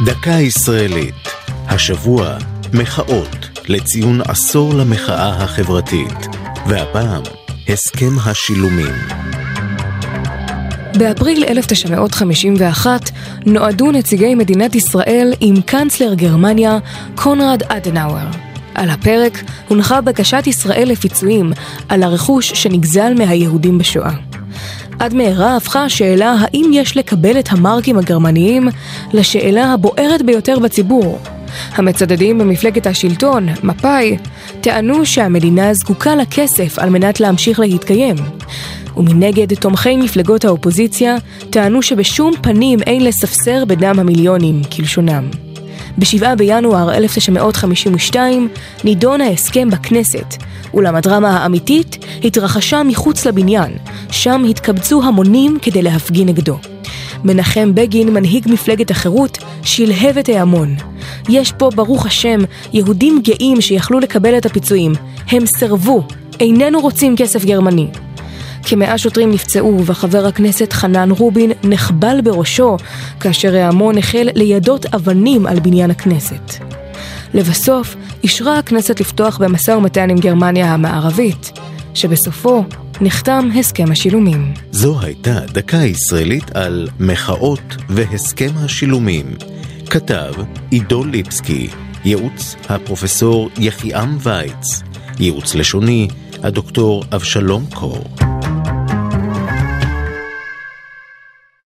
דקה ישראלית. השבוע מחאות לציון עשור למחאה החברתית, והפעם הסכם השילומים. באפריל 1951 נועדו נציגי מדינת ישראל עם קנצלר גרמניה קונרד אדנאואר. על הפרק הונחה בקשת ישראל לפיצויים על הרכוש שנגזל מהיהודים בשואה. עד מהרה הפכה השאלה האם יש לקבל את המרקים הגרמניים לשאלה הבוערת ביותר בציבור. המצדדים במפלגת השלטון, מפא"י, טענו שהמדינה זקוקה לכסף על מנת להמשיך להתקיים. ומנגד תומכי מפלגות האופוזיציה טענו שבשום פנים אין לספסר בדם המיליונים כלשונם. ב7 בינואר 1952 נידון ההסכם בכנסת, אולם הדרמה האמיתית התרחשה מחוץ לבניין, שם התקבצו המונים כדי להפגין נגדו. מנחם בגין, מנהיג מפלגת החירות, שלהב את ההמון. יש פה ברוך השם יהודים גאים שיכלו לקבל את הפיצויים. הם סרבו, איננו רוצים כסף גרמני. כ100 שוטרים נפצעו וחבר הכנסת חנן רובין נחבל בראשו כאשר ההמון החל לידות אבנים על בניין הכנסת. לבסוף אישרה הכנסת לפתוח במשא ומתן עם גרמניה המערבית, שבסופו נחתם הסכם השילומים. זו הייתה דקה ישראלית על מחאות והסכם השילומים. כתב עידו ליפסקי, ייעוץ הפרופסור יחיעם וייץ, ייעוץ לשוני הדוקטור אבשלום קור.